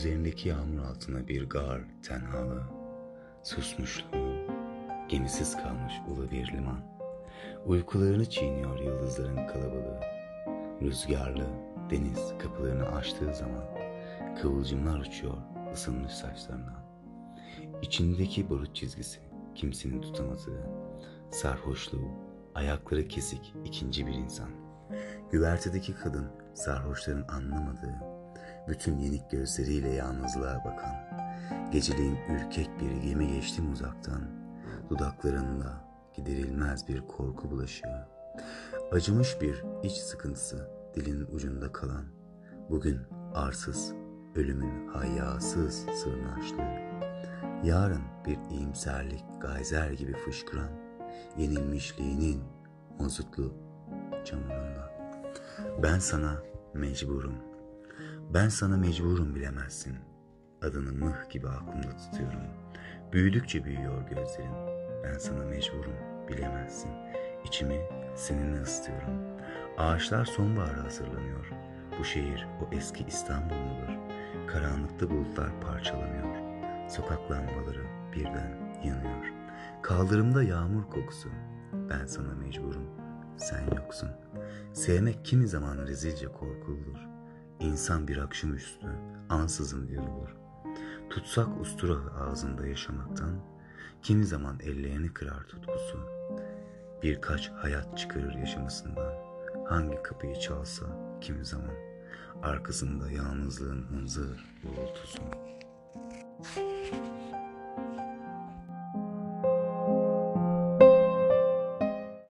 Üzerindeki yağmur altına bir gar tenhalı, susmuşluğu, gemisiz kalmış ulu bir liman. Uykularını çiğniyor yıldızların kalabalığı. Rüzgarlı deniz kapılarını açtığı zaman kıvılcımlar uçuyor ısınmış saçlarına. İçindeki barut çizgisi kimsenin tutamadığı, sarhoşluğu, ayakları kesik ikinci bir insan. Güvertedeki kadın sarhoşların anlamadığı, bütün yenik gözleriyle yalnızlığa bakan, geceliğin ürkek bir gemi geçtim uzaktan, dudaklarında giderilmez bir korku bulaşığı, acımış bir iç sıkıntısı dilin ucunda kalan, bugün arsız, ölümün hayyasız sırnaşlığı, yarın bir iyimserlik gayzer gibi fışkıran, yenilmişliğinin mazutlu çamurunda. Ben sana mecburum, ben sana mecburum bilemezsin. Adını mıh gibi aklımda tutuyorum. Büyüdükçe büyüyor gözlerin. Ben sana mecburum bilemezsin. İçimi seninle ısıtıyorum. Ağaçlar sonbahara hazırlanıyor. Bu şehir o eski İstanbul mudur? Karanlıkta bulutlar parçalanıyor. Sokak lambaları birden yanıyor. Kaldırımda yağmur kokusu. Ben sana mecburum. Sen yoksun. Sevmek kimi zaman rezilce korkuludur. İnsan bir akşamüstü ansızın yorulur. Tutsak ustura ağzında yaşamaktan, kimi zaman ellerini kırar tutkusu. Birkaç hayat çıkarır yaşamasından, hangi kapıyı çalsa kimi zaman, arkasında yalnızlığın hınzır uğultusu.